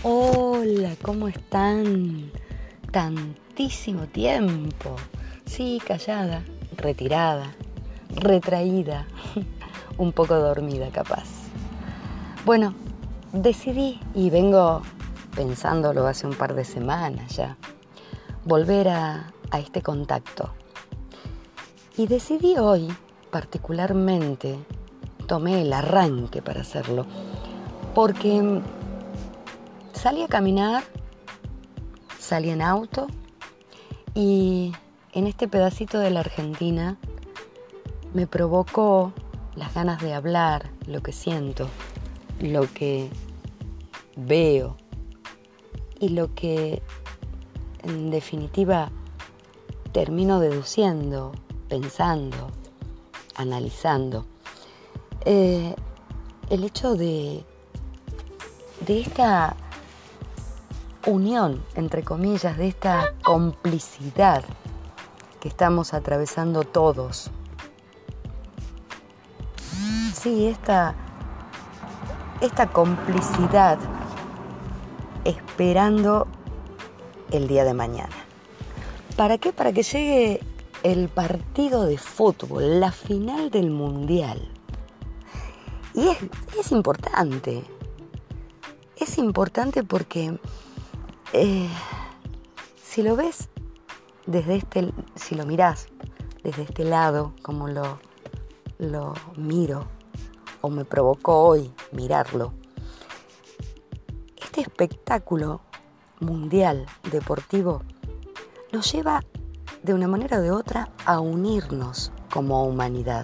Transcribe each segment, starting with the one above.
Hola, ¿cómo están? Tantísimo tiempo. Sí, callada, retirada, retraída, un poco dormida capaz. Bueno, decidí, y vengo pensándolo hace un par de semanas ya, volver a este contacto. Y decidí hoy, particularmente, tomé el arranque para hacerlo, porque salí a caminar, salí en auto y en este pedacito de la Argentina me provocó las ganas de hablar, lo que siento, lo que veo y lo que en definitiva termino deduciendo, pensando, analizando. El hecho de esta unión, entre comillas, de esta complicidad que estamos atravesando todos. Sí, esta complicidad esperando el día de mañana. ¿Para qué? Para que llegue el partido de fútbol, la final del mundial. Y es importante. Es importante porque si lo ves si lo mirás desde este lado, como lo miro, o me provocó hoy mirarlo, este espectáculo mundial deportivo nos lleva de una manera o de otra a unirnos como humanidad,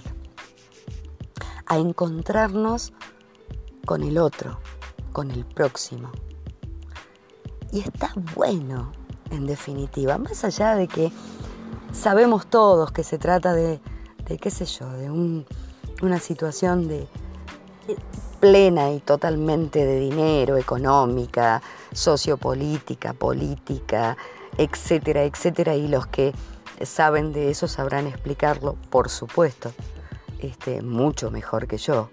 a encontrarnos con el otro, con el próximo. Y está bueno, en definitiva, más allá de que sabemos todos que se trata de qué sé yo, de una situación de plena y totalmente de dinero, económica, sociopolítica, política, etcétera, etcétera, y los que saben de eso sabrán explicarlo, por supuesto, mucho mejor que yo.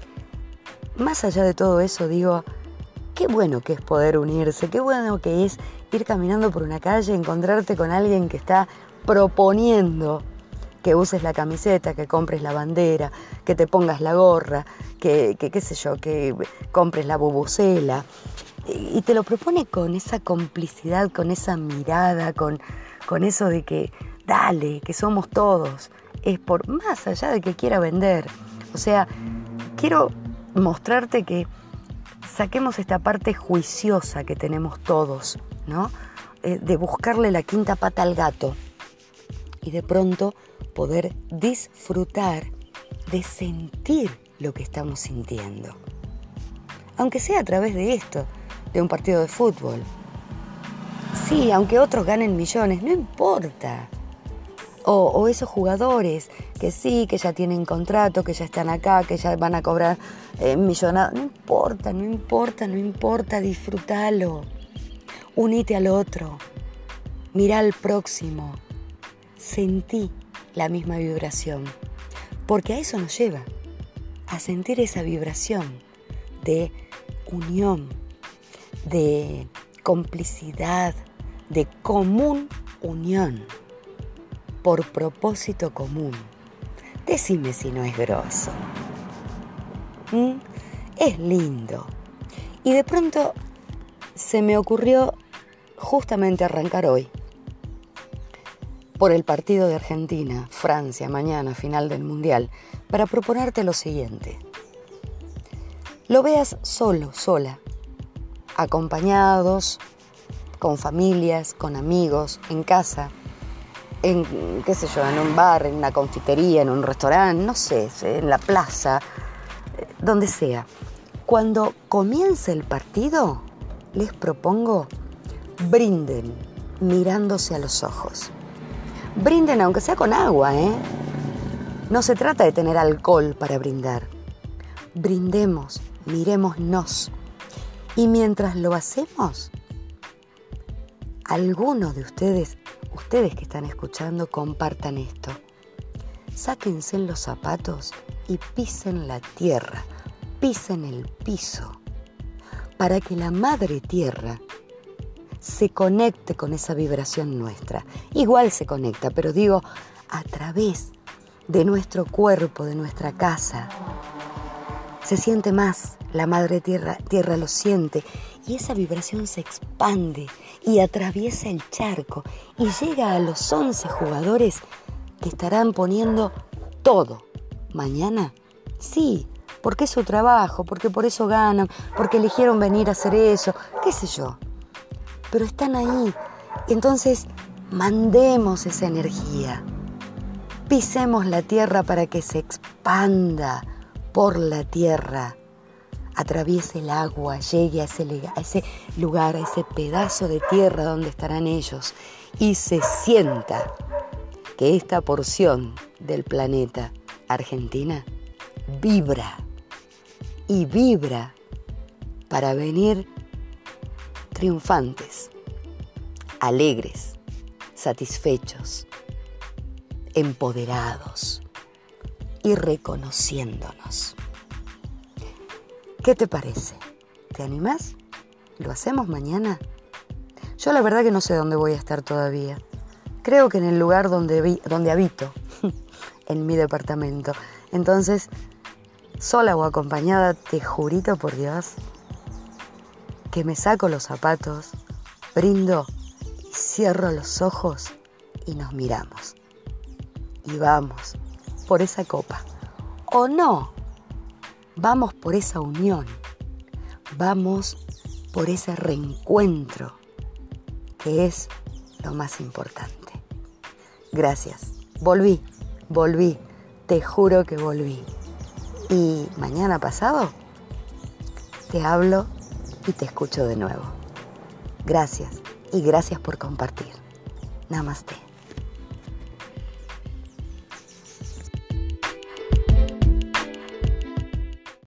Más allá de todo eso, digo, qué bueno que es poder unirse, qué bueno que es ir caminando por una calle, encontrarte con alguien que está proponiendo que uses la camiseta, que compres la bandera, que te pongas la gorra, que qué sé yo, que compres la bubucela. Y te lo propone con esa complicidad, con esa mirada, con eso de que dale, que somos todos. Es por más allá de que quiera vender. O sea, quiero mostrarte que saquemos esta parte juiciosa que tenemos todos, ¿no? De buscarle la quinta pata al gato y de pronto poder disfrutar de sentir lo que estamos sintiendo. Aunque sea a través de esto, de un partido de fútbol. Sí, aunque otros ganen millones, no importa. O esos jugadores que sí, que ya tienen contrato, que ya están acá, que ya van a cobrar millonadas. No importa, disfrútalo. Unite al otro. Mirá al próximo. Sentí la misma vibración. Porque a eso nos lleva, a sentir esa vibración de unión, de complicidad, de común unión, por propósito común. Decime si no es groso. Es lindo. Y de pronto se me ocurrió justamente arrancar hoy por el partido de Argentina, Francia, mañana, final del Mundial, para proponerte lo siguiente. Lo veas solo, sola, acompañados, con familias, con amigos, en casa, en, qué sé yo, en un bar, en una confitería, en un restaurante, no sé, en la plaza, donde sea. Cuando comience el partido, les propongo brinden mirándose a los ojos. Brinden aunque sea con agua, ¿eh? No se trata de tener alcohol para brindar. Brindemos, mirémonos. Y mientras lo hacemos, algunos de ustedes que están escuchando, compartan esto. Sáquense los zapatos y pisen la tierra, pisen el piso. para que la madre tierra se conecte con esa vibración nuestra. Igual se conecta, pero digo, a través de nuestro cuerpo, de nuestra casa, se siente más, la madre tierra lo siente y esa vibración se expande y atraviesa el charco y llega a los 11 jugadores que estarán poniendo todo mañana. Sí, porque es su trabajo, porque por eso ganan, porque eligieron venir a hacer eso, qué sé yo. Pero están ahí. Entonces, mandemos esa energía. Pisemos la tierra para que se expanda por la tierra. Atraviese el agua, llegue a ese lugar, a ese pedazo de tierra donde estarán ellos y se sienta que esta porción del planeta Argentina vibra y vibra para venir triunfantes, alegres, satisfechos, empoderados y reconociéndonos. ¿Qué te parece? ¿Te animás? ¿Lo hacemos mañana? Yo la verdad que no sé dónde voy a estar todavía. Creo que en el lugar donde habito, en mi departamento. Entonces, sola o acompañada, te jurito por Dios, que me saco los zapatos, brindo y cierro los ojos y nos miramos. Y vamos por esa copa. ¿O no? Vamos por esa unión. Vamos por ese reencuentro que es lo más importante. Gracias. Volví. Te juro que volví. Y mañana pasado te hablo y te escucho de nuevo. Gracias y gracias por compartir. Namaste.